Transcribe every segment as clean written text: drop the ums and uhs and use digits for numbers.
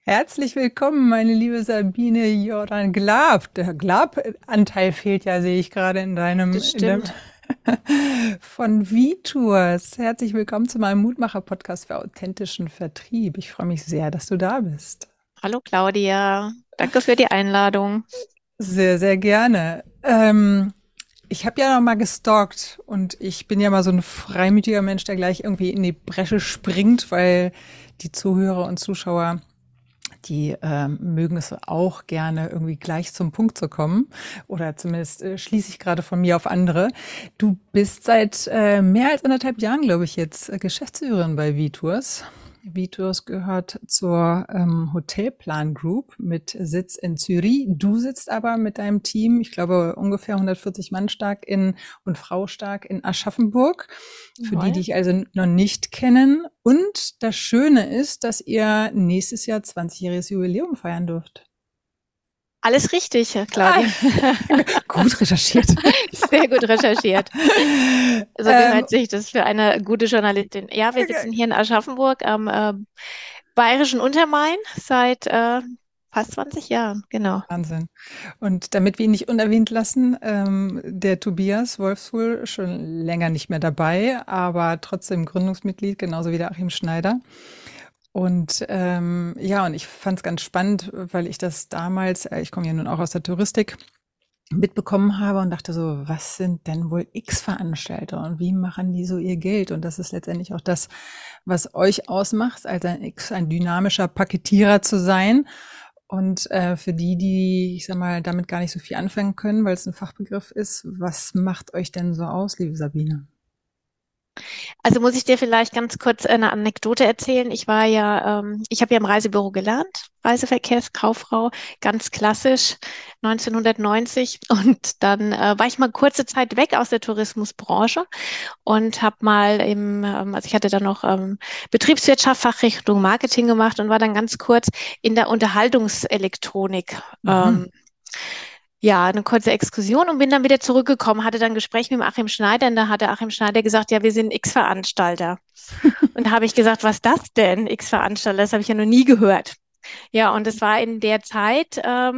Herzlich willkommen, meine liebe Sabine Jordan Glab. Der Glab-Anteil fehlt ja, sehe ich gerade Das in dem stimmt. von V-Tours. Herzlich willkommen zu meinem Mutmacher-Podcast für authentischen Vertrieb. Ich freue mich sehr, dass du da bist. Hallo Claudia, danke für die Einladung. Sehr, sehr gerne. Ich habe ja noch mal gestalkt und ich bin ja mal so ein freimütiger Mensch, der gleich irgendwie in die Bresche springt, weil die Zuhörer und Zuschauer die mögen es auch gerne, irgendwie gleich zum Punkt zu kommen. Oder zumindest schließe ich gerade von mir auf andere. Du bist seit mehr als 1,5 Jahren, glaube ich, jetzt Geschäftsführerin bei Vitours. Vitours gehört zur Hotelplan Group mit Sitz in Zürich. Du sitzt aber mit deinem Team, ich glaube ungefähr 140 Mann stark und Frau stark in Aschaffenburg. Für die, die Jawohl. ich also noch nicht kennen. Und das Schöne ist, dass ihr nächstes Jahr 20-jähriges Jubiläum feiern dürft. Alles richtig, Ah, Claudia. gut recherchiert. Sehr gut recherchiert. So ähm, gehört sich das für eine gute Journalistin. Ja, wir sitzen hier in Aschaffenburg am Bayerischen Untermain seit fast 20 Jahren, genau. Wahnsinn. Und damit wir ihn nicht unerwähnt lassen, der Tobias Wolfsfuhl schon länger nicht mehr dabei, aber trotzdem Gründungsmitglied, genauso wie der Achim Schneider. Und ja, und ich fand es ganz spannend, weil ich das damals, ich komme ja nun auch aus der Touristik, mitbekommen habe und dachte so, was sind denn wohl X-Veranstalter und wie machen die so ihr Geld? Und das ist letztendlich auch das, was euch ausmacht, als ein X, ein dynamischer Paketierer zu sein. Und für die, die, ich sag mal, damit gar nicht so viel anfangen können, weil es ein Fachbegriff ist, was macht euch denn so aus, liebe Sabine? Also muss ich dir vielleicht ganz kurz eine Anekdote erzählen. Ich habe ja im Reisebüro gelernt, Reiseverkehrskauffrau, ganz klassisch, 1990. Und dann war ich mal kurze Zeit weg aus der Tourismusbranche und habe mal also ich hatte dann noch Betriebswirtschaft, Fachrichtung Marketing gemacht und war dann ganz kurz in der Unterhaltungselektronik. Mhm. Ja, eine kurze Exkursion und bin dann wieder zurückgekommen, hatte dann ein Gespräch mit dem Achim Schneider und da hat der Achim Schneider gesagt, ja, wir sind X-Veranstalter. Und da habe ich gesagt, was ist das denn, X-Veranstalter? Das habe ich ja noch nie gehört. Ja, und es war in der Zeit,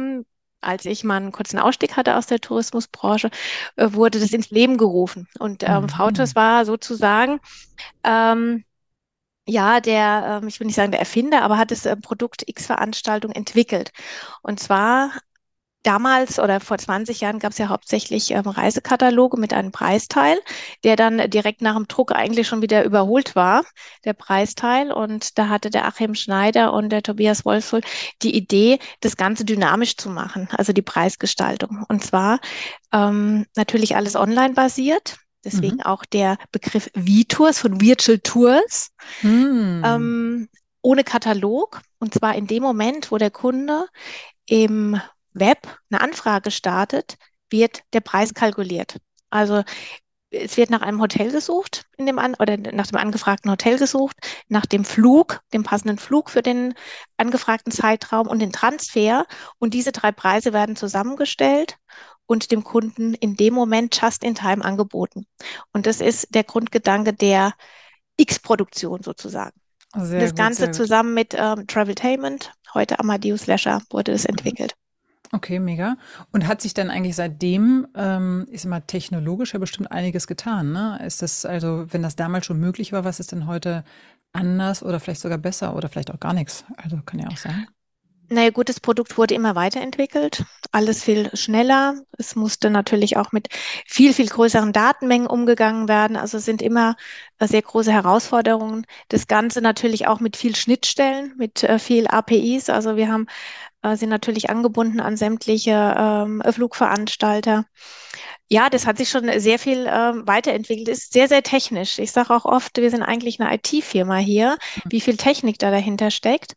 als ich mal einen kurzen Ausstieg hatte aus der Tourismusbranche, wurde das ins Leben gerufen. Und VTUS Mhm. war sozusagen, ähm, ja, ich will nicht sagen der Erfinder, aber hat das Produkt X-Veranstaltung entwickelt. Und zwar damals oder vor 20 Jahren gab es ja hauptsächlich Reisekataloge mit einem Preisteil, der dann direkt nach dem Druck eigentlich schon wieder überholt war, der Preisteil. Und da hatte der Achim Schneider und der Tobias Wolfsohl die Idee, das Ganze dynamisch zu machen, also die Preisgestaltung. Und zwar natürlich alles online basiert. Mhm. Deswegen auch der Begriff V-Tours von Virtual Tours, Mhm. ähm, ohne Katalog. Und zwar in dem Moment, wo der Kunde im Web eine Anfrage startet, wird der Preis kalkuliert. Also es wird nach einem Hotel gesucht, oder nach dem angefragten Hotel gesucht, nach dem Flug, dem passenden Flug für den angefragten Zeitraum und den Transfer. Und diese drei Preise werden zusammengestellt und dem Kunden in dem Moment just in time angeboten. Und das ist der Grundgedanke der X-Produktion sozusagen. Sehr Das gut, Ganze sehr gut. zusammen mit Traveltainment, heute Amadeus Leisure, wurde das Mhm. entwickelt. Okay, mega. Und hat sich dann eigentlich seitdem, ich sag mal, technologisch ja bestimmt einiges getan, ne? Ist das also, wenn das damals schon möglich war, was ist denn heute anders oder vielleicht sogar besser oder vielleicht auch gar nichts? Also kann ja auch sein. Naja, gut, das Produkt wurde immer weiterentwickelt, alles viel schneller. Es musste natürlich auch mit viel größeren Datenmengen umgegangen werden. Also es sind immer sehr große Herausforderungen. Das Ganze natürlich auch mit viel Schnittstellen, mit viel APIs. Also sind natürlich angebunden an sämtliche Flugveranstalter. Ja, das hat sich schon sehr viel weiterentwickelt. Ist sehr, sehr technisch. Ich sage auch oft, wir sind eigentlich eine IT-Firma hier, wie viel Technik da dahinter steckt.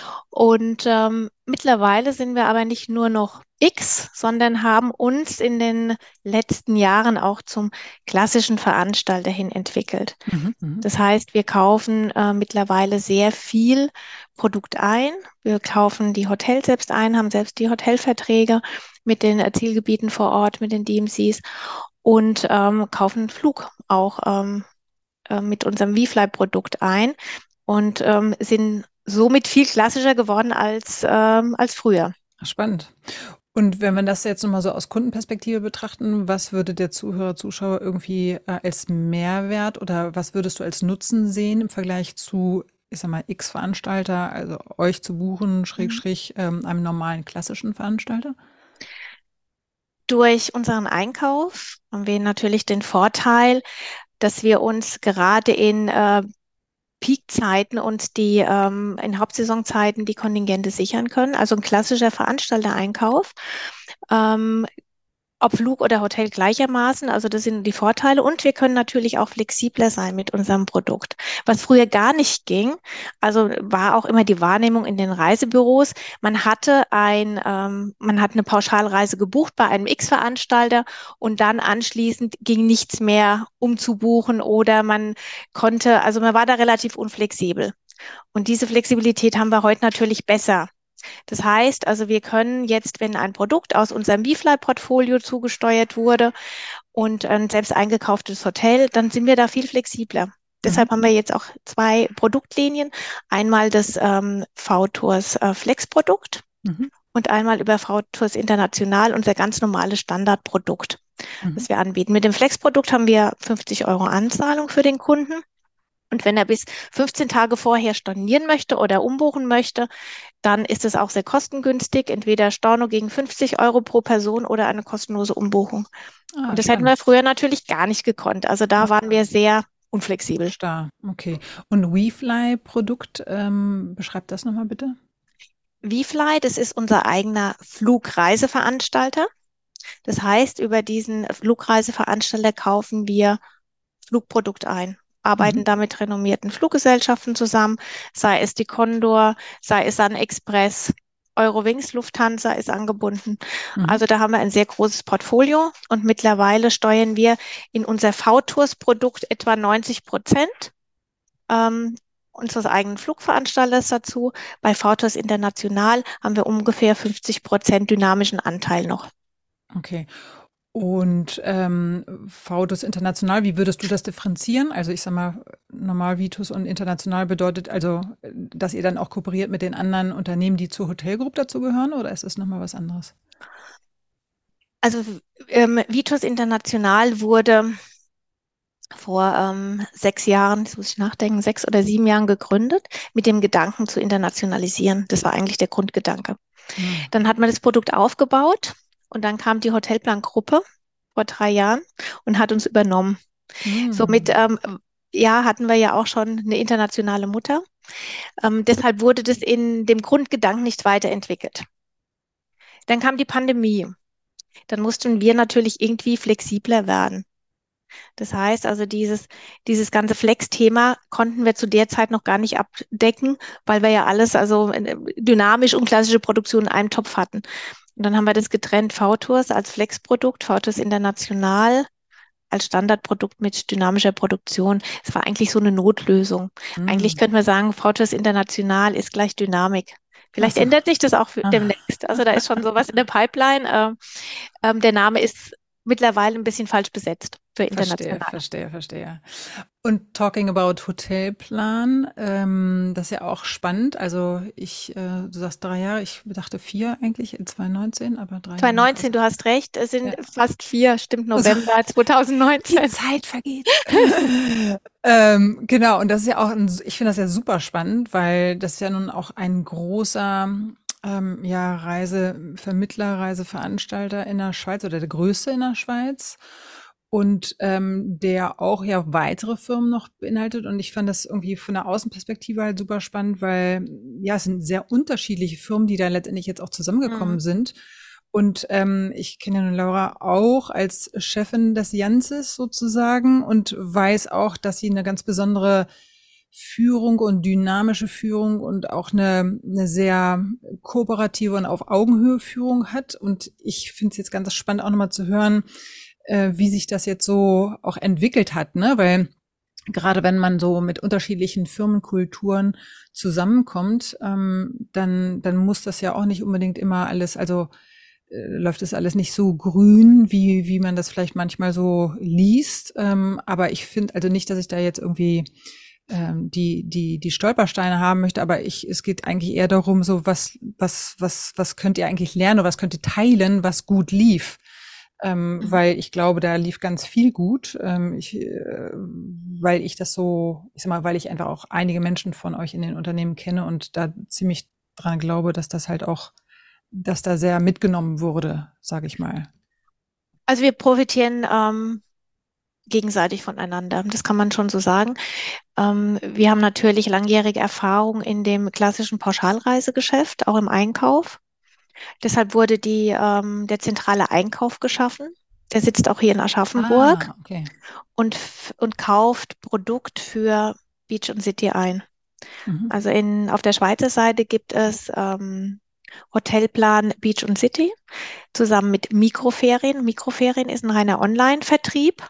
Und mittlerweile sind wir aber nicht nur noch X, sondern haben uns in den letzten Jahren auch zum klassischen Veranstalter hin entwickelt. Mhm, mhm. Das heißt, wir kaufen mittlerweile sehr viel Produkt ein. Wir kaufen die Hotels selbst ein, haben selbst die Hotelverträge mit den Zielgebieten vor Ort, mit den DMCs und kaufen Flug auch mit unserem WeFly-Produkt ein und sind somit viel klassischer geworden als früher. Spannend. Und wenn wir das jetzt nochmal so aus Kundenperspektive betrachten, was würde der Zuhörer, Zuschauer irgendwie als Mehrwert oder was würdest du als Nutzen sehen im Vergleich zu, ich sag mal, X-Veranstalter, also euch zu buchen, Mhm. Schrägstrich, einem normalen klassischen Veranstalter? Durch unseren Einkauf haben wir natürlich den Vorteil, dass wir uns gerade in Peakzeiten und die in Hauptsaisonzeiten die Kontingente sichern können. Also ein klassischer Veranstaltereinkauf. Ähm, Ob Flug oder Hotel gleichermaßen, also das sind die Vorteile. Und wir können natürlich auch flexibler sein mit unserem Produkt. Was früher gar nicht ging, also war auch immer die Wahrnehmung in den Reisebüros. Man hat eine Pauschalreise gebucht bei einem X-Veranstalter und dann anschließend ging nichts mehr umzubuchen oder man war da relativ unflexibel. Und diese Flexibilität haben wir heute natürlich besser. Das heißt, also wir können jetzt, wenn ein Produkt aus unserem BeFly-Portfolio zugesteuert wurde und ein selbst eingekauftes Hotel, dann sind wir da viel flexibler. Mhm. Deshalb haben wir jetzt auch zwei Produktlinien. Einmal das V-Tours Flex-Produkt Mhm. und einmal über V-Tours International unser ganz normales Standardprodukt, Mhm. das wir anbieten. Mit dem Flex-Produkt haben wir 50 € Anzahlung für den Kunden. Und wenn er bis 15 Tage vorher stornieren möchte oder umbuchen möchte, dann ist es auch sehr kostengünstig. Entweder Storno gegen 50 € pro Person oder eine kostenlose Umbuchung. Ah, Und das hätten wir spannend. früher natürlich gar nicht gekonnt. Also da Ah, waren wir sehr unflexibel. starr. Okay. Und WeFly-Produkt, beschreibt das nochmal bitte? VFly, das ist unser eigener Flugreiseveranstalter. Das heißt, über diesen Flugreiseveranstalter kaufen wir Flugprodukt ein, Mhm. arbeiten da mit renommierten Fluggesellschaften zusammen, sei es die Condor, sei es Sun Express, Eurowings, Lufthansa ist angebunden. Mhm. Also da haben wir ein sehr großes Portfolio und mittlerweile steuern wir in unser V-Tours-Produkt etwa 90% ähm, unseres eigenen Flugveranstalters dazu. Bei V-Tours International haben wir ungefähr 50% dynamischen Anteil noch. Okay. Und VDUS international, wie würdest du das differenzieren? Also ich sag mal, normal Vitus und international bedeutet also, dass ihr dann auch kooperiert mit den anderen Unternehmen, die zur Hotelgroup dazugehören, oder ist es nochmal was anderes? Also Vitus International wurde vor 6 Jahren, jetzt muss ich nachdenken, 6 oder 7 Jahren gegründet, mit dem Gedanken zu internationalisieren. Das war eigentlich der Grundgedanke. Hm. Dann hat man das Produkt aufgebaut und dann kam die Hotelplan-Gruppe vor 3 Jahren und hat uns übernommen. Somit Hm. ja, hatten wir ja auch schon eine internationale Mutter. Deshalb wurde das in dem Grundgedanken nicht weiterentwickelt. Dann kam die Pandemie. Dann mussten wir natürlich irgendwie flexibler werden. Das heißt also, dieses ganze Flex-Thema konnten wir zu der Zeit noch gar nicht abdecken, weil wir ja alles, also dynamisch und klassische Produktion in einem Topf hatten. Und dann haben wir das getrennt, V-Tours als Flex-Produkt, V-Tours International als Standardprodukt mit dynamischer Produktion. Es war eigentlich so eine Notlösung. Eigentlich Hm. könnte man sagen, V-Tours International ist gleich Dynamik. Ach Vielleicht so. ändert sich das auch Ah. demnächst. Also da ist schon sowas in der Pipeline. Der Name ist mittlerweile ein bisschen falsch besetzt für Verstehe, international. verstehe, verstehe. Und talking about Hotelplan, das ist ja auch spannend. Also du sagst 3 Jahre, ich dachte 4 eigentlich in 2019, aber 3 Jahre. 2019, du hast recht, es sind Ja. fast 4, stimmt, Also, November die 2019. Zeit vergeht. Genau, und das ist ja auch, ich finde das ja super spannend, weil das ist ja nun auch ein großer ja, Reisevermittler, Reiseveranstalter in der Schweiz oder der größte in der Schweiz und der auch ja weitere Firmen noch beinhaltet. Und ich fand das irgendwie von der Außenperspektive halt super spannend, weil ja, es sind sehr unterschiedliche Firmen, die da letztendlich jetzt auch Mhm. zusammengekommen sind. Und ich kenne ja nun Laura auch als Chefin des Janzes sozusagen und weiß auch, dass sie eine ganz besondere Führung und dynamische Führung und auch eine sehr kooperative und auf Augenhöhe Führung hat. Und ich finde es jetzt ganz spannend, auch nochmal zu hören, wie sich das jetzt so auch entwickelt hat, ne? Weil gerade wenn man so mit unterschiedlichen Firmenkulturen zusammenkommt, dann muss das ja auch nicht unbedingt immer alles, also läuft das alles nicht so grün, wie man das vielleicht manchmal so liest. Aber ich finde also nicht, dass ich da jetzt irgendwie die Stolpersteine haben möchte, aber es geht eigentlich eher darum, so was könnt ihr eigentlich lernen oder was könnt ihr teilen, was gut lief. Weil ich glaube, da lief ganz viel gut. Weil ich das so, ich sag mal, weil ich einfach auch einige Menschen von euch in den Unternehmen kenne und da ziemlich dran glaube, dass das halt auch, dass da sehr mitgenommen wurde, sage ich mal. Also wir profitieren gegenseitig voneinander. Das kann man schon so sagen. Wir haben natürlich langjährige Erfahrung in dem klassischen Pauschalreisegeschäft, auch im Einkauf. Deshalb wurde der zentrale Einkauf geschaffen. Der sitzt auch hier in Aschaffenburg Ah, okay. und kauft Produkt für Beach und City ein. Mhm. Also auf der Schweizer Seite gibt es Hotelplan Beach und City zusammen mit Mikroferien. Mikroferien ist ein reiner Online-Vertrieb.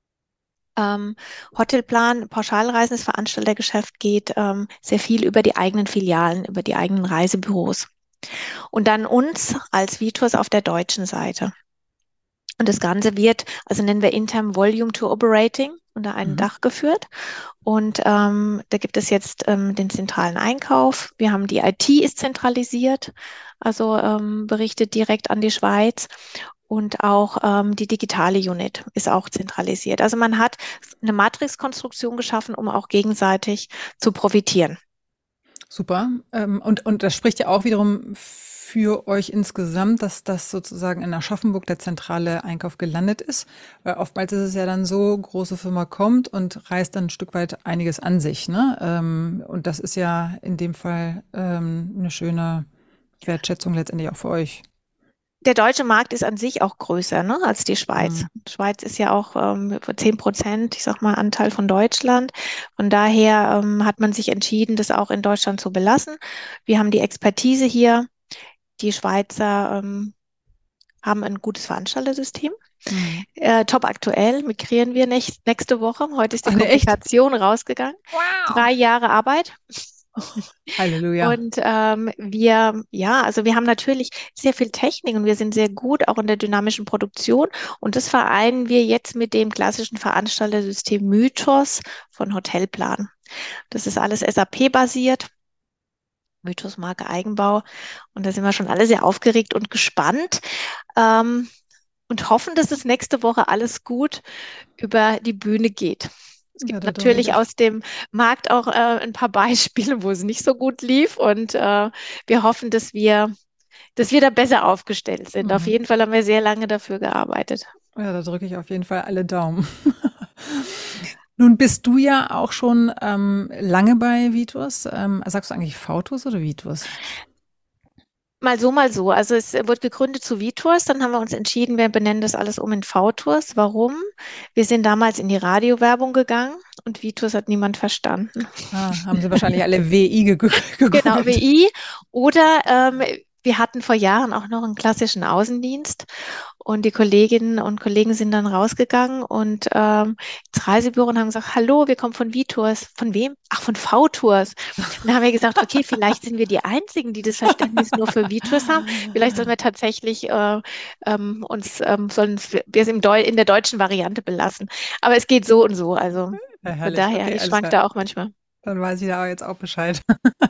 Ähm, Hotelplan, Pauschalreisen, das Veranstaltergeschäft geht sehr viel über die eigenen Filialen, über die eigenen Reisebüros. Und dann uns als Vitus auf der deutschen Seite. Und das Ganze wird, also nennen wir intern Volume to Operating, unter einem Mhm. Dach geführt. Und da gibt es jetzt den zentralen Einkauf. Wir haben die IT ist zentralisiert, also berichtet direkt an die Schweiz. Und auch die digitale Unit ist auch zentralisiert. Also man hat eine Matrixkonstruktion geschaffen, um auch gegenseitig zu profitieren. Super. Und das spricht ja auch wiederum für euch insgesamt, dass das sozusagen in Aschaffenburg der zentrale Einkauf gelandet ist. Weil oftmals ist es ja dann so, große Firma kommt und reißt dann ein Stück weit einiges an sich, ne? Und das ist ja in dem Fall eine schöne Wertschätzung letztendlich auch für euch. Der deutsche Markt ist an sich auch größer, ne, als die Schweiz. Mhm. Die Schweiz ist ja auch 10%, ich sag mal, Anteil von Deutschland. Von daher hat man sich entschieden, das auch in Deutschland zu belassen. Wir haben die Expertise hier. Die Schweizer haben ein gutes Veranstaltersystem. Mhm. Top aktuell, migrieren wir nächste Woche. Heute ist die Ach ne, echt? Kommunikation rausgegangen. Wow. 3 Jahre Arbeit. Halleluja. Und also wir haben natürlich sehr viel Technik und wir sind sehr gut auch in der dynamischen Produktion. Und das vereinen wir jetzt mit dem klassischen Veranstaltersystem Mythos von Hotelplan. Das ist alles SAP-basiert. Mythos Marke Eigenbau. Und da sind wir schon alle sehr aufgeregt und gespannt. Ähm, und hoffen, dass es nächste Woche alles gut über die Bühne geht. Es Ja, gibt da drücke ich natürlich auf. aus dem Markt auch ein paar Beispiele, wo es nicht so gut lief. Und wir hoffen, dass wir da besser aufgestellt sind. Auf Mhm. jeden Fall haben wir sehr lange dafür gearbeitet. Ja, da drücke ich auf jeden Fall alle Daumen. Nun bist du ja auch schon lange bei Vitus. Sagst du eigentlich Vautus oder Vitus? Mal so, mal so. Also es wurde gegründet zu Vtours, dann haben wir uns entschieden, wir benennen das alles um in Vtours. Warum? Wir sind damals in die Radiowerbung gegangen und Vtours hat niemand verstanden. Ah, haben sie wahrscheinlich alle WI Genau, gegoogelt. WI. Oder wir hatten vor Jahren auch noch einen klassischen Außendienst und die Kolleginnen und Kollegen sind dann rausgegangen und ins Reisebüro und haben gesagt, hallo, wir kommen von V-Tours. Von wem? Ach, von V-Tours. Und dann haben wir gesagt, okay, vielleicht sind wir die Einzigen, die das Verständnis nur für V-Tours haben. Vielleicht sollen wir tatsächlich sollen wir es in der deutschen Variante belassen. Aber es geht so und so. Also Ja, von herrlich. daher, Okay, ich alles schwank klar. da auch manchmal. Dann weiß ich da jetzt auch Bescheid.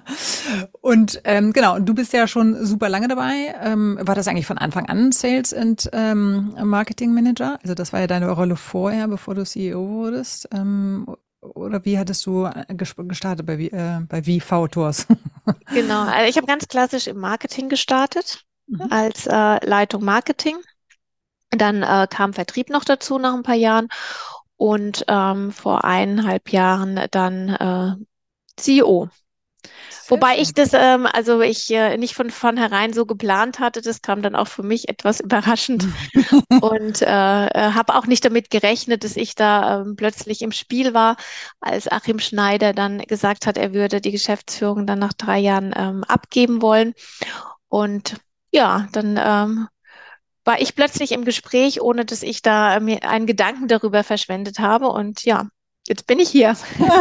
Und genau, und du bist ja schon super lange dabei. War das eigentlich von Anfang an Sales und Marketing Manager? Also das war ja deine Rolle vorher, bevor du CEO wurdest. Oder wie hattest du gestartet bei VV Tours? Genau, also ich habe ganz klassisch im Marketing gestartet, Mhm. als Leitung Marketing. Dann kam Vertrieb noch dazu nach ein paar Jahren und vor 1,5 Jahren dann CEO. Sehr Wobei ich schön. das, also ich nicht von vornherein so geplant hatte, das kam dann auch für mich etwas überraschend und habe auch nicht damit gerechnet, dass ich da plötzlich im Spiel war, als Achim Schneider dann gesagt hat, er würde die Geschäftsführung dann nach 3 Jahren abgeben wollen. Und ja, dann war ich plötzlich im Gespräch, ohne dass ich da mir einen Gedanken darüber verschwendet habe. Und ja, jetzt bin ich hier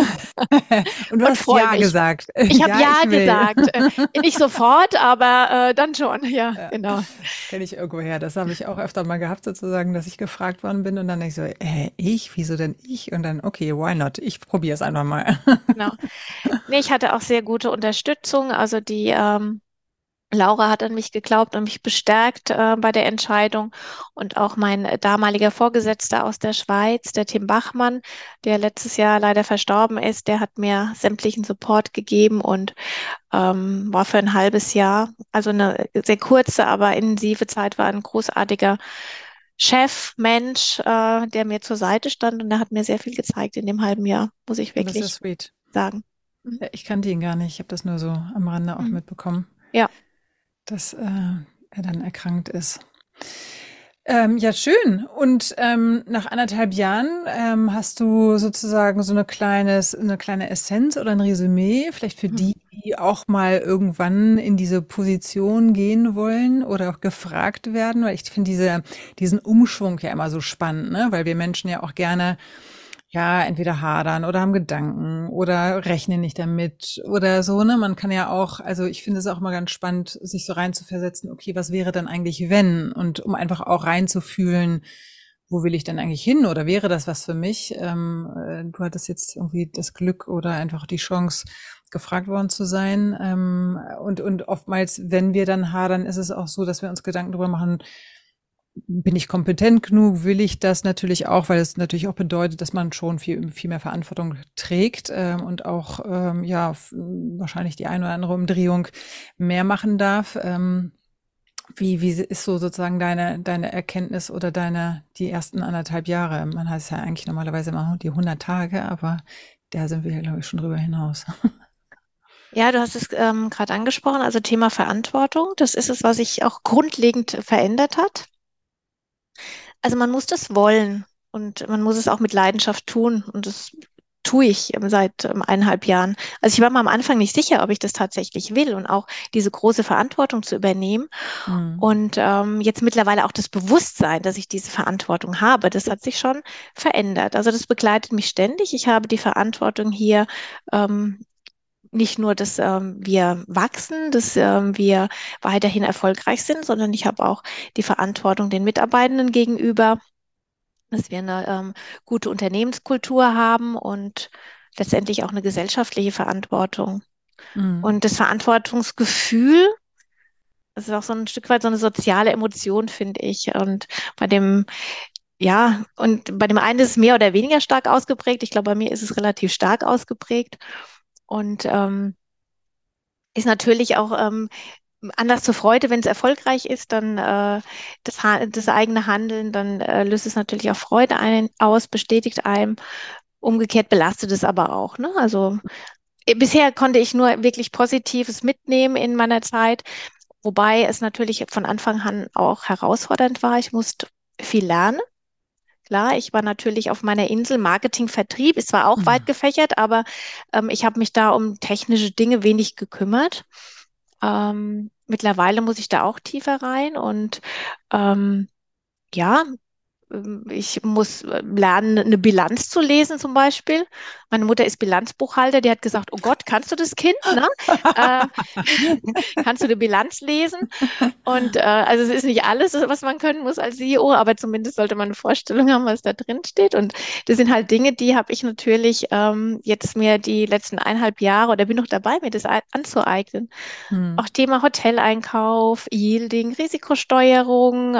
Und du und hast freue ja mich. gesagt. Ich habe Ja, ja ich will. gesagt. Nicht sofort, aber dann schon. Ja, Ja, genau. das kenne ich irgendwoher. Das habe ich auch öfter mal gehabt, sozusagen, dass ich gefragt worden bin und dann denke ich so, ich? Wieso denn ich? Und dann, okay, why not? Ich probiere es einfach mal. Genau. Nee, ich hatte auch sehr gute Unterstützung. Also die Laura hat an mich geglaubt und mich bestärkt bei der Entscheidung. Und auch mein damaliger Vorgesetzter aus der Schweiz, der Tim Bachmann, der letztes Jahr leider verstorben ist, der hat mir sämtlichen Support gegeben und war für ein halbes Jahr, also eine sehr kurze, aber intensive Zeit, war ein großartiger Chef, Mensch, der mir zur Seite stand und der hat mir sehr viel gezeigt in dem halben Jahr, muss ich Und das ist ja wirklich sweet. sagen. Mhm. Ja, ich kannte ihn gar nicht. Ich habe das nur so am Rande auch Mhm. mitbekommen, Ja. dass er dann erkrankt ist. Ja, schön. Und nach 1,5 Jahren hast du sozusagen so eine kleine Essenz oder ein Resümee, vielleicht für die, Mhm. die auch mal irgendwann in diese Position gehen wollen oder auch gefragt werden, weil ich finde diesen Umschwung ja immer so spannend, ne? Weil wir Menschen ja auch gerne ja, entweder hadern oder haben Gedanken oder rechnen nicht damit oder so, ne? Man kann ja auch, also ich finde es auch immer ganz spannend, sich so reinzuversetzen, okay, was wäre dann eigentlich, wenn? Und um einfach auch reinzufühlen, wo will ich denn eigentlich hin? Oder wäre das was für mich? Du hattest jetzt irgendwie das Glück oder einfach die Chance, gefragt worden zu sein. Und oftmals, wenn wir dann hadern, ist es auch so, dass wir uns Gedanken darüber machen, bin ich kompetent genug? Will ich das natürlich auch, weil es natürlich auch bedeutet, dass man schon viel mehr Verantwortung trägt und auch ja wahrscheinlich die eine oder andere Umdrehung mehr machen darf. Wie ist so sozusagen deine Erkenntnis oder die ersten 1,5 Jahre? Man heißt ja eigentlich normalerweise immer die 100 Tage, aber da sind wir ja, glaube ich, schon drüber hinaus. Ja, du hast es gerade angesprochen, also Thema Verantwortung. Das ist es, was sich auch grundlegend verändert hat. Also man muss das wollen und man muss es auch mit Leidenschaft tun. Und das tue ich seit 1,5 Jahren. Also ich war mir am Anfang nicht sicher, ob ich das tatsächlich will und auch diese große Verantwortung zu übernehmen. Hm. Und jetzt mittlerweile auch das Bewusstsein, dass ich diese Verantwortung habe, das hat sich schon verändert. Also das begleitet mich ständig. Ich habe die Verantwortung hier. Nicht nur, dass wir wachsen, dass wir weiterhin erfolgreich sind, sondern ich habe auch die Verantwortung den Mitarbeitenden gegenüber, dass wir eine gute Unternehmenskultur haben und letztendlich auch eine gesellschaftliche Verantwortung. Hm. Und das Verantwortungsgefühl, das ist auch so ein Stück weit so eine soziale Emotion, finde ich. Und bei dem, ja, und bei dem einen ist es mehr oder weniger stark ausgeprägt. Ich glaube, bei mir ist es relativ stark ausgeprägt. Und ist natürlich auch Anlass zur Freude, wenn es erfolgreich ist, dann das eigene Handeln, dann löst es natürlich auch Freude aus, bestätigt einem. Umgekehrt belastet es aber auch, ne? Also bisher konnte ich nur wirklich Positives mitnehmen in meiner Zeit, wobei es natürlich von Anfang an auch herausfordernd war. Ich musste viel lernen. Klar, ich war natürlich auf meiner Insel. Marketing, Vertrieb ist zwar auch weit gefächert, aber ich habe mich da um technische Dinge wenig gekümmert. Mittlerweile muss ich da auch tiefer rein und ähm, ja, ich muss lernen, eine Bilanz zu lesen zum Beispiel. Meine Mutter ist Bilanzbuchhalter, die hat gesagt, oh Gott, kannst du das Kind, ne? Äh, kannst du eine Bilanz lesen? Und also es ist nicht alles, was man können muss als CEO, aber zumindest sollte man eine Vorstellung haben, was da drin steht. Und das sind halt Dinge, die habe ich natürlich jetzt mir die letzten 1,5 Jahre oder bin noch dabei, mir das anzueignen. Hm. Auch Thema Hoteleinkauf, Yielding, Risikosteuerung,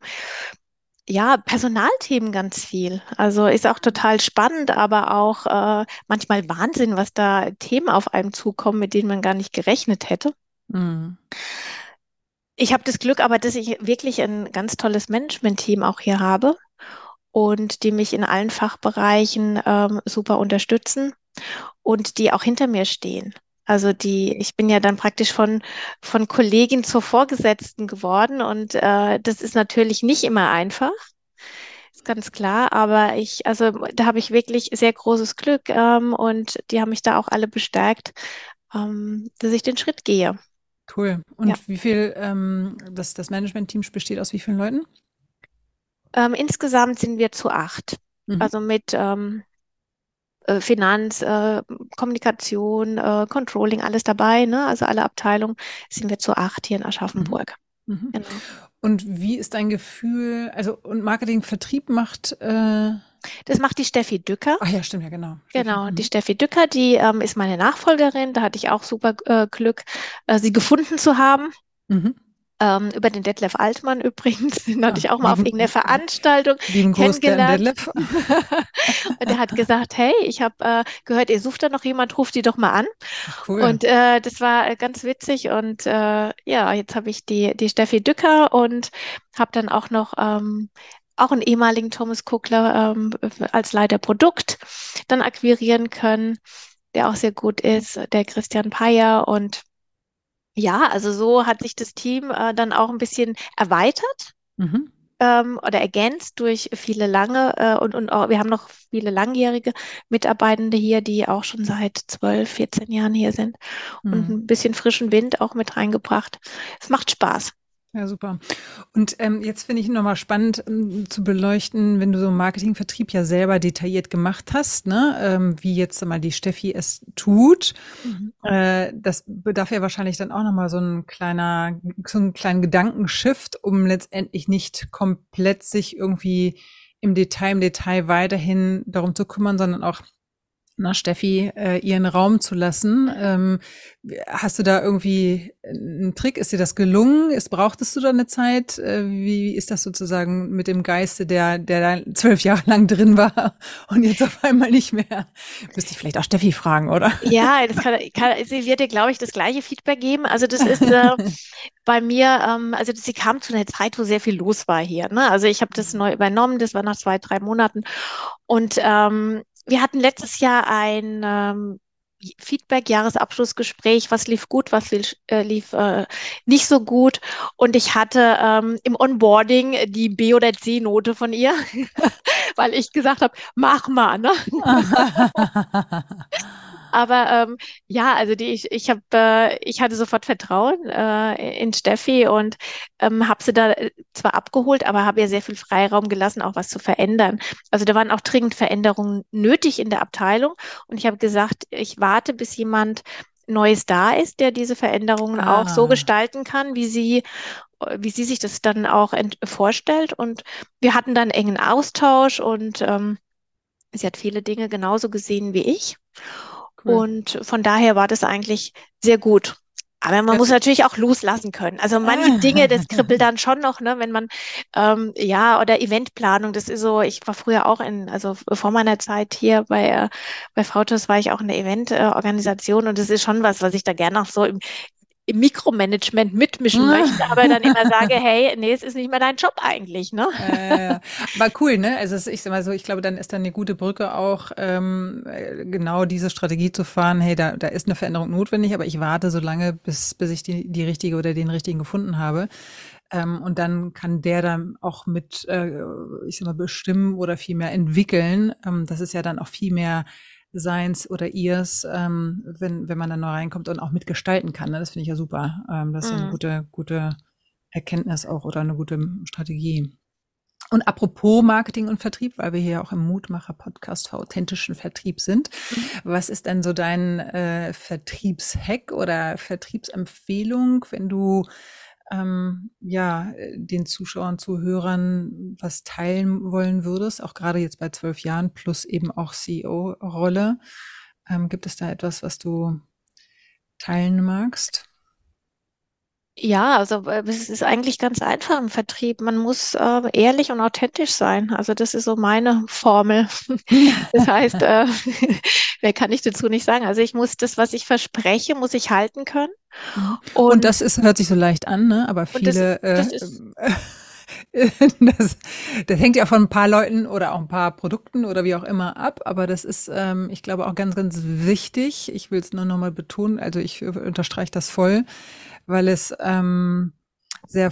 ja, Personalthemen ganz viel. Also ist auch total spannend, aber auch manchmal Wahnsinn, was da Themen auf einem zukommen, mit denen man gar nicht gerechnet hätte. Hm. Ich habe das Glück aber, dass ich wirklich ein ganz tolles Management-Team auch hier habe und die mich in allen Fachbereichen super unterstützen und die auch hinter mir stehen. Also ich bin ja dann praktisch von Kollegin zur Vorgesetzten geworden und das ist natürlich nicht immer einfach, ist ganz klar, aber also da habe ich wirklich sehr großes Glück und die haben mich da auch alle bestärkt, dass ich den Schritt gehe. Cool. Ja. Und wie viel, das Management-Team besteht aus wie vielen Leuten? Insgesamt sind wir zu 8. Mhm. Also mit Finanz, Kommunikation, Controlling, alles dabei, ne? Also alle Abteilungen sind wir zu 8 hier in Mhm. Aschaffenburg. Mhm. Genau. Und wie ist dein Gefühl? Also, und Marketing, Vertrieb macht, Das macht die Steffi Dücker. ach ja, stimmt ja, genau. Steffi. Genau, die Mhm. Steffi Dücker, die ist meine Nachfolgerin. Da hatte ich auch super Glück, sie gefunden zu haben. Mhm. Über den Detlef Altmann übrigens, den hatte Ja, ich auch mal auf irgendeiner Veranstaltung lieben Gruß, der kennengelernt. Detlef. Und er hat gesagt, hey, ich habe gehört, ihr sucht da noch jemand, ruft die doch mal an. Ach, cool. Und das war ganz witzig. Und ja, jetzt habe ich die Steffi Dücker und habe dann auch noch auch einen ehemaligen Thomas Kuckler als Leiter Produkt dann akquirieren können, der auch sehr gut ist, der Christian Peyer. Und ja, also so hat sich das Team dann auch ein bisschen erweitert Mhm. oder ergänzt durch viele lange und auch, wir haben noch viele langjährige Mitarbeitende hier, die auch schon seit 12, 14 Jahren hier sind und Mhm. ein bisschen frischen Wind auch mit reingebracht. Es macht Spaß. Ja, super. Und jetzt finde ich nochmal spannend zu beleuchten, wenn du so Marketing, Vertrieb ja selber detailliert gemacht hast, ne? Wie jetzt mal die Steffi es tut. Mhm. Das bedarf ja wahrscheinlich dann auch nochmal so einen kleinen Gedankenshift, um letztendlich nicht komplett sich irgendwie im Detail weiterhin darum zu kümmern, sondern auch Steffi, ihren Raum zu lassen. Hast du da irgendwie einen Trick? Ist dir das gelungen? Brauchtest du da eine Zeit? Wie ist das sozusagen mit dem Geiste, der da 12 Jahre lang drin war und jetzt auf einmal nicht mehr? Müsste ich vielleicht auch Steffi fragen, oder? Ja, sie wird dir, glaube ich, das gleiche Feedback geben. Also das ist bei mir, also sie kam zu einer Zeit, wo sehr viel los war hier. Ne? Also ich habe das neu übernommen, das war nach 2, 3 Monaten. Und wir hatten letztes Jahr ein Feedback, Jahresabschlussgespräch, was lief gut, was lief nicht so gut. Und ich hatte im Onboarding die B- oder C-Note von ihr, weil ich gesagt habe, mach mal, ne? Aber ja, also ich hatte sofort Vertrauen in Steffi und habe sie da zwar abgeholt, aber habe ihr sehr viel Freiraum gelassen, auch was zu verändern. Also da waren auch dringend Veränderungen nötig in der Abteilung und ich habe gesagt, ich warte, bis jemand Neues da ist, der diese Veränderungen auch so Ah, gestalten kann, wie sie sich das dann auch vorstellt. Und wir hatten dann engen Austausch und sie hat viele Dinge genauso gesehen wie ich. cool. Und von daher war das eigentlich sehr gut. Aber man muss Das, natürlich auch loslassen können. Also manche Dinge, das kribbelt dann schon noch, ne, wenn man, ja, oder Eventplanung, das ist so, ich war früher auch also vor meiner Zeit hier bei VTUS war ich auch in der Eventorganisation und das ist schon was ich da gerne noch so im Mikromanagement mitmischen möchte, aber dann immer sage, hey, nee, es ist nicht mehr dein Job eigentlich, ne? aber cool, ne? Also ich sag mal so, ich glaube, dann ist dann eine gute Brücke auch, genau diese Strategie zu fahren. Hey, da ist eine Veränderung notwendig, aber ich warte so lange, bis ich die richtige oder den richtigen gefunden habe. Und dann kann der dann auch mit, ich sag mal, bestimmen oder viel mehr entwickeln. Das ist ja dann auch viel mehr seins oder ihrs, wenn man dann neu reinkommt und auch mitgestalten kann. Ne? Das finde ich ja super. Das ist ja eine Mm. gute Erkenntnis auch oder eine gute Strategie. Und apropos Marketing und Vertrieb, weil wir hier auch im Mutmacher-Podcast für authentischen Vertrieb sind, Mhm. was ist denn so dein Vertriebshack oder Vertriebsempfehlung, wenn du ja den Zuschauern, Zuhörern was teilen wollen würdest, auch gerade jetzt bei 12 Jahren plus eben auch CEO-Rolle? Gibt es da etwas, was du teilen magst? Ja, also es ist eigentlich ganz einfach im Vertrieb. Man muss ehrlich und authentisch sein. Also das ist so meine Formel. Das heißt, mehr kann ich dazu nicht sagen. Also ich muss das, was ich verspreche, muss ich halten können. Mhm. Und Und, das hört sich so leicht an, ne? Aber und das, viele, das ist das, das hängt ja von ein paar Leuten oder auch ein paar Produkten oder wie auch immer ab. Aber das ist, ich glaube, auch ganz wichtig. Ich will es nur nochmal betonen. Also ich unterstreiche das voll, weil es sehr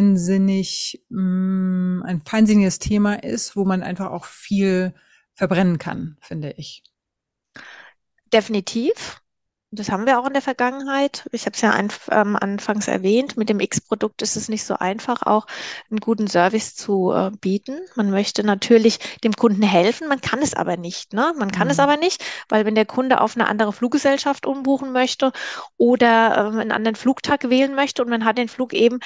ein feinsinniges Thema ist, wo man einfach auch viel verbrennen kann, finde ich. definitiv. Das haben wir auch in der Vergangenheit. Ich habe es ja anfangs erwähnt. Mit dem X-Produkt ist es nicht so einfach, auch einen guten Service zu bieten. Man möchte natürlich dem Kunden helfen, man kann es aber nicht, ne? Man kann es Mhm. aber nicht, weil wenn der Kunde auf eine andere Fluggesellschaft umbuchen möchte oder einen anderen Flugtag wählen möchte und man hat den Flug eben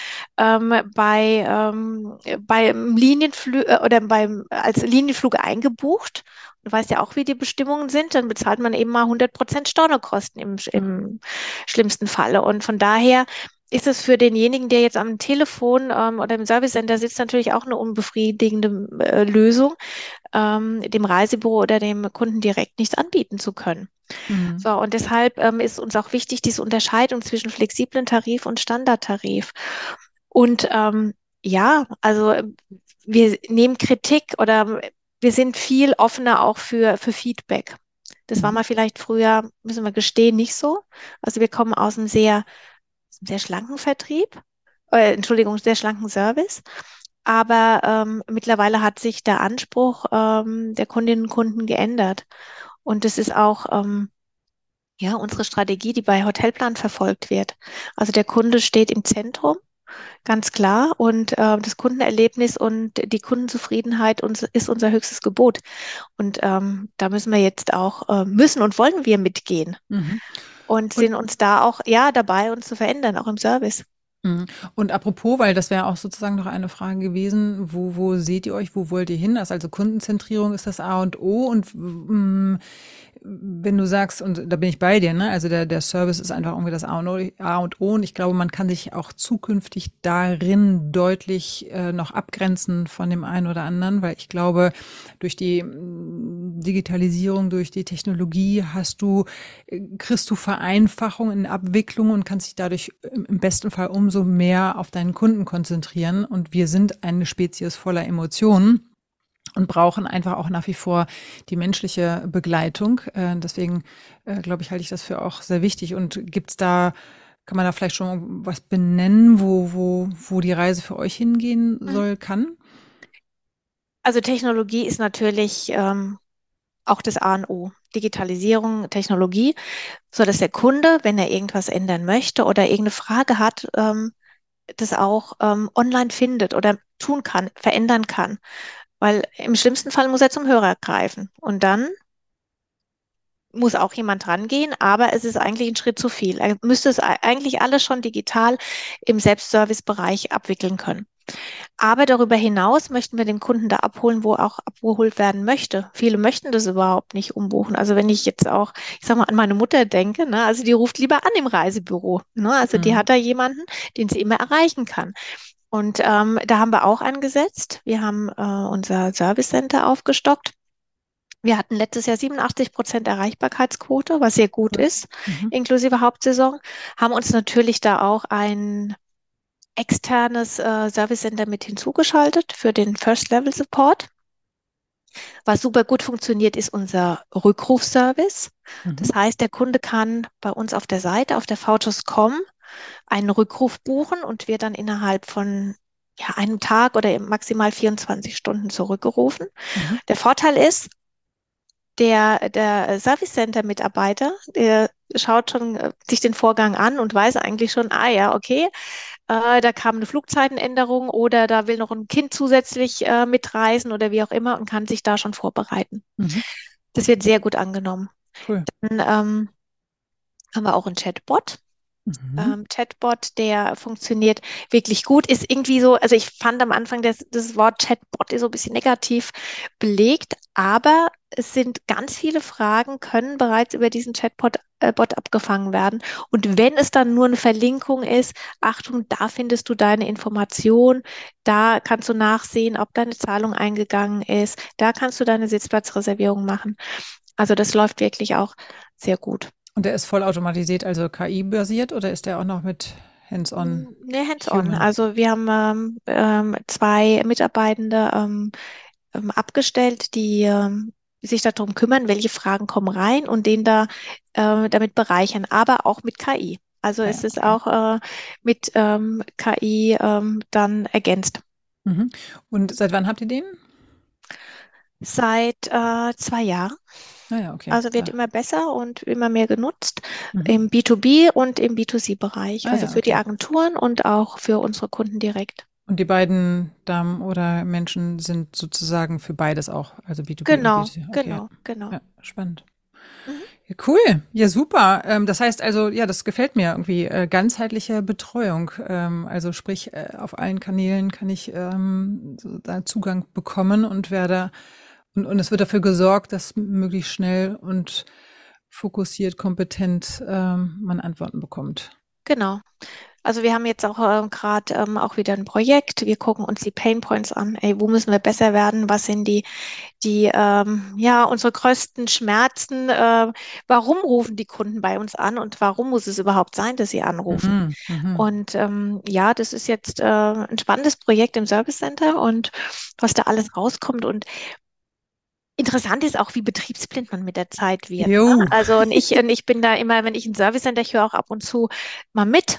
beim Linienflug oder als Linienflug eingebucht. Du weißt ja auch, wie die Bestimmungen sind, dann bezahlt man eben mal 100% Stornokosten im schlimmsten Falle. Und von daher ist es für denjenigen, der jetzt am Telefon oder im Service Center sitzt, natürlich auch eine unbefriedigende Lösung, dem Reisebüro oder dem Kunden direkt nichts anbieten zu können. Mhm. So, und deshalb ist uns auch wichtig, diese Unterscheidung zwischen flexiblen Tarif und Standardtarif. Und ja, also wir nehmen Kritik oder wir sind viel offener auch für Feedback. Das war Mhm. mal vielleicht früher, müssen wir gestehen, nicht so. Also wir kommen aus einem sehr schlanken Vertrieb, Entschuldigung, sehr schlanken Service. Aber mittlerweile hat sich der Anspruch der Kundinnen und Kunden geändert. Und das ist auch ja unsere Strategie, die bei Hotelplan verfolgt wird. Also der Kunde steht im Zentrum. Ganz klar. Und das Kundenerlebnis und die Kundenzufriedenheit ist unser höchstes Gebot. Und da müssen wir jetzt auch, müssen und wollen wir mitgehen Mhm. und Und sind uns da auch, ja, dabei, uns zu verändern, auch im Service. mhm. Und apropos, weil das wäre auch sozusagen noch eine Frage gewesen, wo seht ihr euch, wo wollt ihr hin? Also Kundenzentrierung ist das A und O und wenn du sagst, und da bin ich bei dir, ne? Also der Service ist einfach irgendwie das A und O und ich glaube, man kann sich auch zukünftig darin deutlich noch abgrenzen von dem einen oder anderen, weil ich glaube, durch die Digitalisierung, durch die Technologie kriegst du Vereinfachung in Abwicklung und kannst dich dadurch im besten Fall umso mehr auf deinen Kunden konzentrieren. Und wir sind eine Spezies voller Emotionen und brauchen einfach auch nach wie vor die menschliche Begleitung. Deswegen glaube ich, halte ich das für auch sehr wichtig. Und gibt's da, kann man da vielleicht schon was benennen, wo die Reise für euch hingehen Mhm. soll, kann? Also Technologie ist natürlich auch das A und O. Digitalisierung, Technologie, so dass der Kunde, wenn er irgendwas ändern möchte oder irgendeine Frage hat, das auch online findet oder tun kann, verändern kann. Weil im schlimmsten Fall muss er zum Hörer greifen. Und dann muss auch jemand rangehen, aber es ist eigentlich ein Schritt zu viel. Er müsste es eigentlich alles schon digital im Selbstservice-Bereich abwickeln können. Aber darüber hinaus möchten wir den Kunden da abholen, wo er auch abgeholt werden möchte. Viele möchten das überhaupt nicht umbuchen. Also wenn ich jetzt auch, ich sag mal, an meine Mutter denke, ne, also die ruft lieber an im Reisebüro. Ne, also die Mhm. hat da jemanden, den sie immer erreichen kann. Und da haben wir auch angesetzt. Wir haben unser Service Center aufgestockt. Wir hatten letztes Jahr 87% Erreichbarkeitsquote, was sehr gut Cool. ist, Mhm. inklusive Hauptsaison. Haben uns natürlich da auch ein externes Service Center mit hinzugeschaltet für den First Level Support. Was super gut funktioniert, ist unser Rückrufservice. Mhm. Das heißt, der Kunde kann bei uns auf der Seite, auf der VTUS.com, einen Rückruf buchen und wird dann innerhalb von ja, einem Tag oder maximal 24 Stunden zurückgerufen. Mhm. Der Vorteil ist, der Service Center Mitarbeiter, der schaut schon sich den Vorgang an und weiß eigentlich schon, ah ja, okay, da kam eine Flugzeitenänderung oder da will noch ein Kind zusätzlich mitreisen oder wie auch immer und kann sich da schon vorbereiten. Mhm. Das wird sehr gut angenommen. Cool. Dann haben wir auch einen Chatbot. Mhm. Chatbot, der funktioniert wirklich gut, ist irgendwie so, also ich fand am Anfang das Wort Chatbot ist so ein bisschen negativ belegt, aber es sind ganz viele Fragen, können bereits über diesen Chatbot Bot abgefangen werden. Und wenn es dann nur eine Verlinkung ist, Achtung, da findest du deine Information, da kannst du nachsehen, ob deine Zahlung eingegangen ist, da kannst du deine Sitzplatzreservierung machen. Also das läuft wirklich auch sehr gut. Und der ist vollautomatisiert, also KI-basiert, oder ist der auch noch mit Hands-on Nee, hands-on. Human? Also wir haben zwei Mitarbeitende abgestellt, die sich darum kümmern, welche Fragen kommen rein und den da damit bereichern, aber auch mit KI. Also Ah ja, es ist okay. auch mit KI dann ergänzt. Mhm. Und seit wann habt ihr den? Seit 2 Jahren. Naja, okay. Also wird immer besser und immer mehr genutzt Mhm. im B2B und im B2C-Bereich, Ah also ja, für die okay. Agenturen und auch für unsere Kunden direkt. Und die beiden Damen oder Menschen sind sozusagen für beides auch, also B2B und Genau, B2C. Okay, ja. genau, genau. Ja, spannend. Mhm. Ja, cool. Ja, super. Das heißt also, ja, das gefällt mir irgendwie. Ganzheitliche Betreuung. Also sprich, auf allen Kanälen kann ich so da Zugang bekommen und werde und es wird dafür gesorgt, dass möglichst schnell und fokussiert, kompetent man Antworten bekommt. Genau. Also wir haben jetzt auch gerade auch wieder ein Projekt. Wir gucken uns die Pain Points an. Ey, wo müssen wir besser werden? Was sind ja, unsere größten Schmerzen? Warum rufen die Kunden bei uns an und warum muss es überhaupt sein, dass sie anrufen? Mhm, mhm. Und ja, das ist jetzt ein spannendes Projekt im Service Center und was da alles rauskommt. Und interessant ist auch, wie betriebsblind man mit der Zeit wird. Ne? Jo. Also und ich bin da immer, wenn ich ein Service Center, ich höre auch ab und zu mal mit,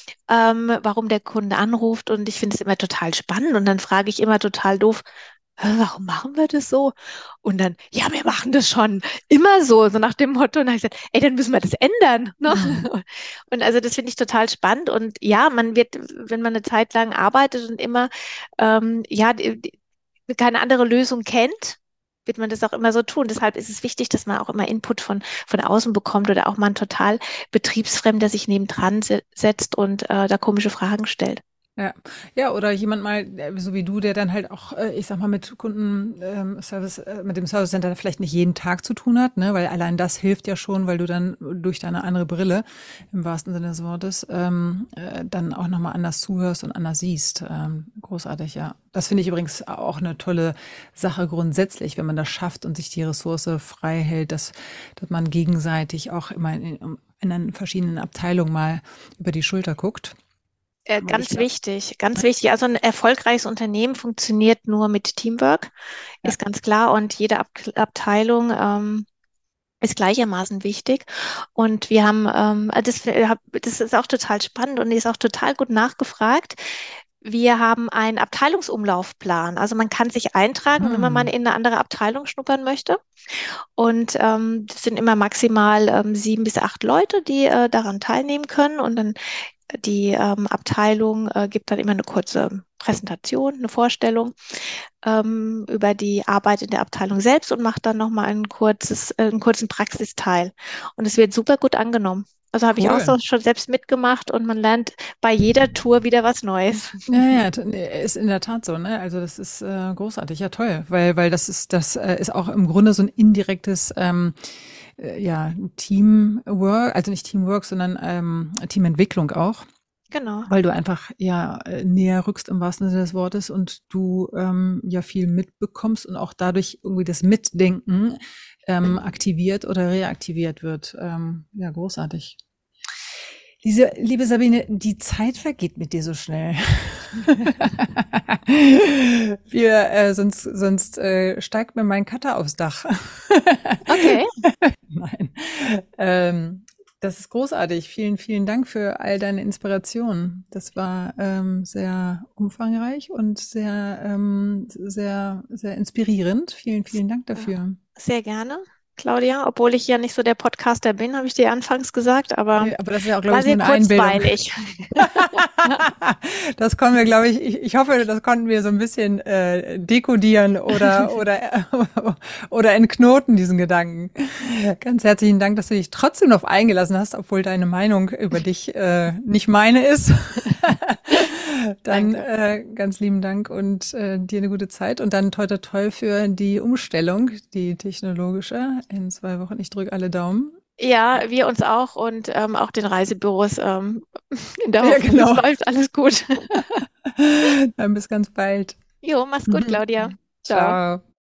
warum der Kunde anruft und ich finde es immer total spannend und dann frage ich immer total doof, warum machen wir das so? Und dann, ja, wir machen das schon immer so, so nach dem Motto. Und dann habe ich gesagt, ey, dann müssen wir das ändern. Ne? Mhm. Und also das finde ich total spannend. Und ja, man wird, wenn man eine Zeit lang arbeitet und immer ja, keine andere Lösung kennt, wird man das auch immer so tun. Deshalb ist es wichtig, dass man auch immer Input von außen bekommt oder auch mal ein total Betriebsfremder sich nebendran setzt und da komische Fragen stellt. Ja. Ja, oder jemand mal, so wie du, der dann halt auch, ich sag mal, mit Kundenservice, mit dem Service Center vielleicht nicht jeden Tag zu tun hat, ne? Weil allein das hilft ja schon, weil du dann durch deine andere Brille, im wahrsten Sinne des Wortes, dann auch nochmal anders zuhörst und anders siehst. Großartig, ja. Das finde ich übrigens auch eine tolle Sache grundsätzlich, wenn man das schafft und sich die Ressource frei hält, dass man gegenseitig auch immer in den verschiedenen Abteilungen mal über die Schulter guckt. Weil ich Ganz glaube, wichtig, ganz wichtig. Also ein erfolgreiches Unternehmen funktioniert nur mit Teamwork, ja. ist ganz klar. Und jede Abteilung ist gleichermaßen wichtig. Und wir haben, das ist auch total spannend und ist auch total gut nachgefragt. Wir haben einen Abteilungsumlaufplan. Also man kann sich eintragen, wenn man mal Hm. in eine andere Abteilung schnuppern möchte. Und das sind immer maximal 7 bis 8 Leute, die daran teilnehmen können. Und dann die Abteilung gibt dann immer eine kurze Präsentation, eine Vorstellung über die Arbeit in der Abteilung selbst und macht dann nochmal einen kurzen Praxisteil. Und es wird super gut angenommen. Also habe ich auch Cool. so schon selbst mitgemacht und man lernt bei jeder Tour wieder was Neues. Ja, ja, nee, ist in der Tat so, ne? Also das ist großartig, ja toll, weil das ist auch im Grunde so ein indirektes ja, Teamwork, also nicht Teamwork, sondern Teamentwicklung auch, Genau. weil du einfach ja näher rückst im wahrsten Sinne des Wortes und du ja viel mitbekommst und auch dadurch irgendwie das Mitdenken aktiviert oder reaktiviert wird. Ja, großartig. Liebe Sabine, die Zeit vergeht mit dir so schnell. Sonst steigt mir mein Cutter aufs Dach. Okay, Nein. Das ist großartig. Vielen, vielen Dank für all deine Inspirationen. Das war sehr umfangreich und sehr inspirierend. Vielen, vielen Dank ja, dafür. sehr gerne, Claudia. Obwohl ich ja nicht so der Podcaster bin, habe ich dir anfangs gesagt, aber Aber das ist ja auch, glaube war ich, nur sehr eine Einbildung. kurzweilig. Das können wir, glaube ich hoffe, das konnten wir so ein bisschen dekodieren oder entknoten, diesen Gedanken. Ganz herzlichen Dank, dass du dich trotzdem noch eingelassen hast, obwohl deine Meinung über dich nicht meine ist. Dann Danke. ganz lieben Dank und dir eine gute Zeit und dann toi toi toi für die Umstellung, die technologische in 2 Wochen. Ich drücke alle Daumen. Ja, wir uns auch und auch den Reisebüros in der Ja, Hoffnung, es genau. läuft alles gut. Dann bis ganz bald. Jo, mach's gut, Claudia. Ciao. Ciao.